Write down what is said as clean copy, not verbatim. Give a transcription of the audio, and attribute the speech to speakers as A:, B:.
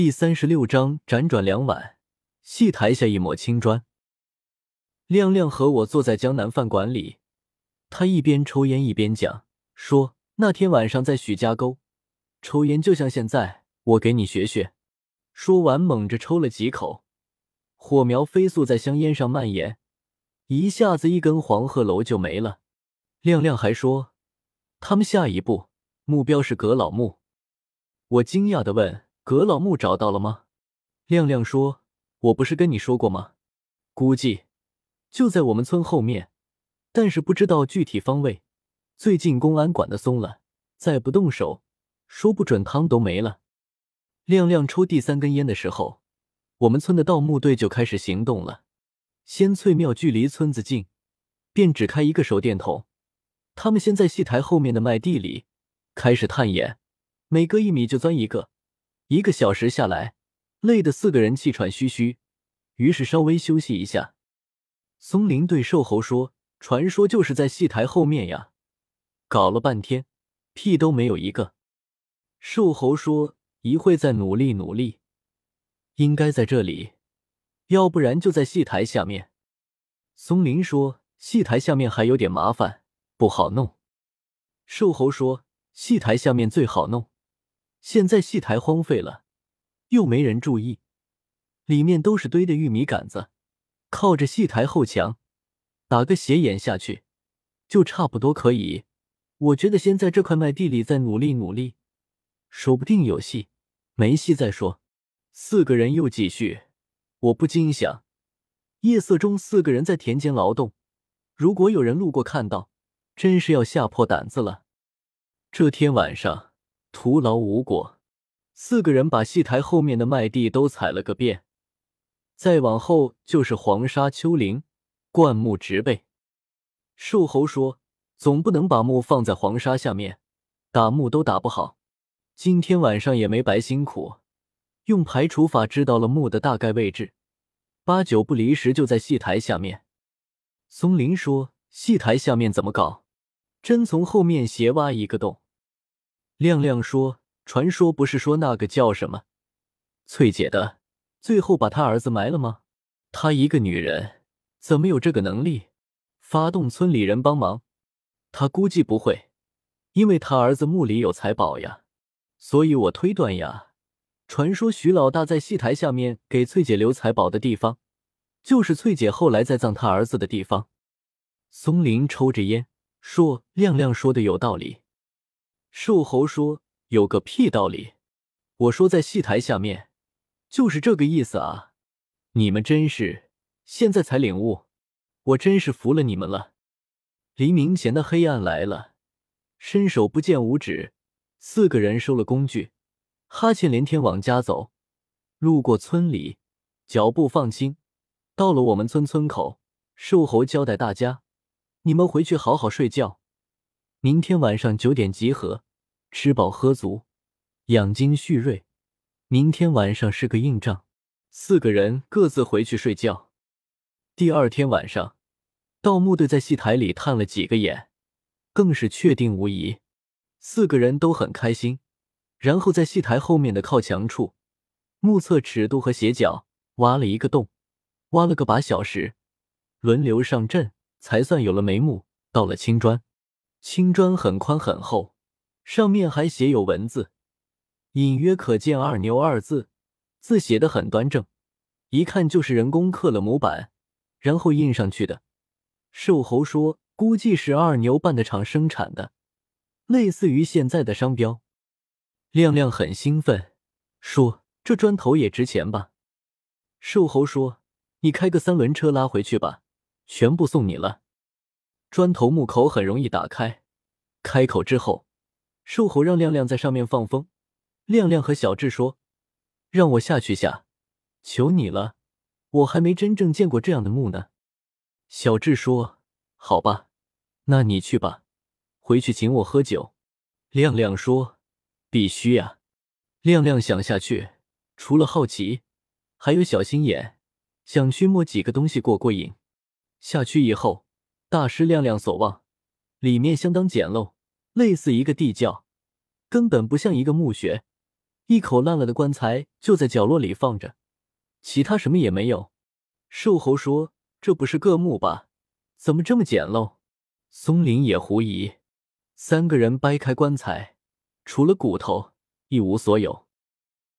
A: 第36章辗转两晚，戏台下一抹青砖。亮亮和我坐在江南饭馆里，他一边抽烟一边讲，说那天晚上在许家沟抽烟就像现在，我给你学学。说完猛着抽了几口，火苗飞速在香烟上蔓延，一下子一根黄鹤楼就没了。亮亮还说他们下一步目标是葛老木。我惊讶地问，葛老木找到了吗？亮亮说，我不是跟你说过吗？估计就在我们村后面，但是不知道具体方位。最近公安管得松了，再不动手，说不准汤都没了。亮亮抽第3根烟的时候，我们村的盗墓队就开始行动了。仙翠庙距离村子近，便只开一个手电筒。他们先在戏台后面的麦地里开始探眼，每隔1米就钻一个，1个小时下来，累得4个人气喘吁吁，于是稍微休息一下。松林对瘦猴说，传说就是在戏台后面呀，搞了半天屁都没有一个。瘦猴说，一会再努力努力，应该在这里，要不然就在戏台下面。松林说，戏台下面还有点麻烦，不好弄。瘦猴说，戏台下面最好弄，现在戏台荒废了，又没人注意，里面都是堆的玉米杆子，靠着戏台后墙打个斜眼下去就差不多可以。我觉得先在这块麦地里再努力努力，说不定有戏，没戏再说。4个人又继续，我不禁想，夜色中4个人在田间劳动，如果有人路过看到，真是要吓破胆子了。这天晚上徒劳无果，4个人把戏台后面的麦地都踩了个遍，再往后就是黄沙丘陵，灌木植被。瘦猴说，总不能把木放在黄沙下面，打木都打不好。今天晚上也没白辛苦，用排除法知道了木的大概位置，8、9不离10就在戏台下面。松林说，戏台下面怎么搞？真从后面斜挖一个洞。亮亮说，传说不是说那个叫什么翠姐的最后把她儿子埋了吗？她一个女人怎么有这个能力发动村里人帮忙？她估计不会，因为她儿子墓里有财宝呀。所以我推断呀，传说徐老大在戏台下面给翠姐留财宝的地方，就是翠姐后来再葬她儿子的地方。松林抽着烟说，亮亮说的有道理。瘦猴说，有个屁道理，我说在戏台下面就是这个意思啊。你们真是现在才领悟，我真是服了你们了。黎明前的黑暗来了，伸手不见五指，4个人收了工具，哈欠连天往家走。路过村里，脚步放轻，到了我们村口，瘦猴交代大家，你们回去好好睡觉，明天晚上9点集合，吃饱喝足，养精蓄锐，明天晚上是个硬仗。4个人各自回去睡觉。第2天晚上，盗墓队在戏台里探了几个眼，更是确定无疑。4个人都很开心，然后在戏台后面的靠墙处，目测尺度和斜角，挖了一个洞，挖了个把小时，轮流上阵，才算有了眉目。到了青砖，青砖很宽很厚，上面还写有文字，隐约可见2牛2字，字写得很端正，一看就是人工刻了模板，然后印上去的。瘦猴说，估计是2牛办的厂生产的，类似于现在的商标。亮亮很兴奋，说这砖头也值钱吧？瘦猴说，你开个3轮车拉回去吧，全部送你了。砖头木口很容易打开，开口之后，瘦猴让亮亮在上面放风。亮亮和小智说，让我下去下，求你了，我还没真正见过这样的木呢。小智说，好吧，那你去吧，回去请我喝酒。亮亮说，必须呀。亮亮想下去，除了好奇，还有小心眼，想去摸几个东西过过瘾。下去以后，大师亮亮所望，里面相当简陋，类似一个地窖，根本不像一个墓穴， 一口烂了的棺材就在角落里放着，其他什么也没有。兽猴说：“这不是个墓吧？怎么这么简陋？”松林也狐疑。三个人掰开棺材，除了骨头，一无所有。